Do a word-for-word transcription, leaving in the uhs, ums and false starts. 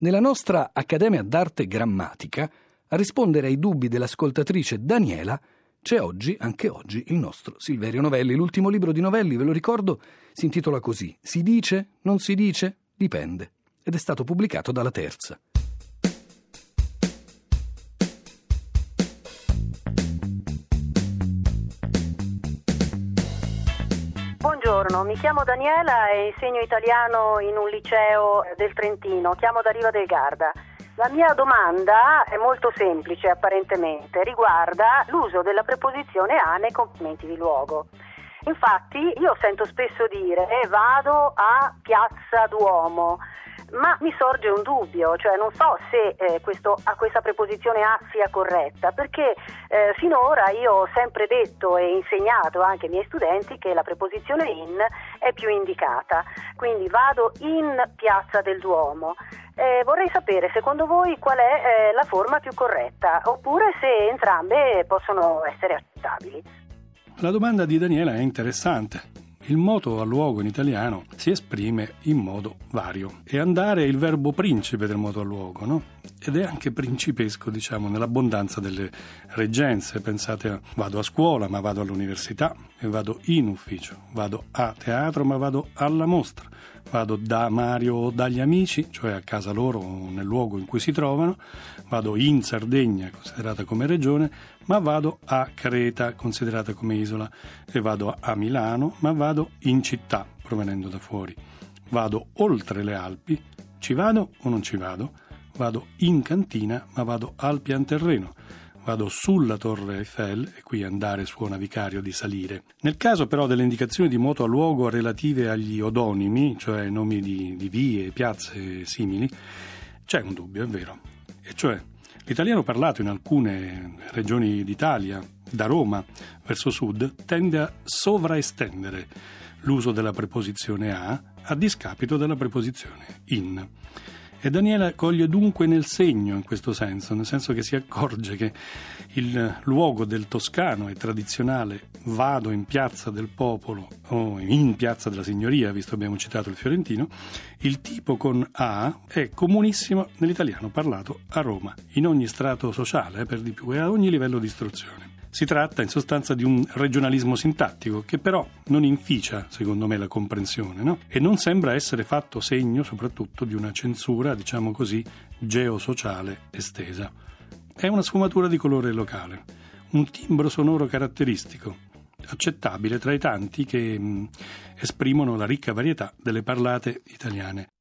Nella nostra Accademia d'Arte Grammatica, a rispondere ai dubbi dell'ascoltatrice Daniela, c'è oggi, anche oggi, il nostro Silverio Novelli. L'ultimo libro di Novelli, ve lo ricordo, si intitola così: Si dice? Non si dice? Dipende. Ed è stato pubblicato dalla Terza. Buongiorno, mi chiamo Daniela e insegno italiano in un liceo del Trentino, chiamo da Riva del Garda. La mia domanda è molto semplice apparentemente, riguarda l'uso della preposizione a nei complementi di luogo. Infatti io sento spesso dire eh, vado a Piazza Duomo, ma mi sorge un dubbio, cioè non so se eh, questo, a questa preposizione a sia corretta, perché eh, finora io ho sempre detto e insegnato anche ai miei studenti che la preposizione in è più indicata, quindi vado in Piazza del Duomo. Eh, vorrei sapere secondo voi qual è eh, la forma più corretta, oppure se entrambe possono essere accettabili. La domanda di Daniela è interessante. Il moto a luogo in italiano si esprime in modo vario e andare è il verbo principe del moto a luogo, no? Ed è anche principesco, diciamo, nell'abbondanza delle reggenze. Pensate a vado a scuola ma vado all'università e vado in ufficio, vado a teatro ma vado alla mostra, vado da Mario o dagli amici, cioè a casa loro o nel luogo in cui si trovano, vado in Sardegna, considerata come regione, ma vado a Creta, considerata come isola, e vado a Milano, ma vado in città, provenendo da fuori. Vado oltre le Alpi, ci vado o non ci vado? Vado in cantina, ma vado al pian terreno. Vado sulla Torre Eiffel, e qui andare suona vicario di salire. Nel caso però delle indicazioni di moto a luogo relative agli odonimi, cioè nomi di, di vie, piazze simili, c'è un dubbio, è vero. E cioè, l'italiano parlato in alcune regioni d'Italia, da Roma verso sud, tende a sovraestendere l'uso della preposizione a a discapito della preposizione in. E Daniela coglie dunque nel segno in questo senso, nel senso che si accorge che il luogo del toscano e tradizionale vado in piazza del popolo o in piazza della signoria, visto abbiamo citato il fiorentino, il tipo con a è comunissimo nell'italiano parlato a Roma, in ogni strato sociale, eh, per di più, e a ogni livello di istruzione. Si tratta in sostanza di un regionalismo sintattico che però non inficia, secondo me, la comprensione, no? E non sembra essere fatto segno soprattutto di una censura, diciamo così, geosociale estesa. È una sfumatura di colore locale, un timbro sonoro caratteristico, accettabile tra i tanti che mh, esprimono la ricca varietà delle parlate italiane.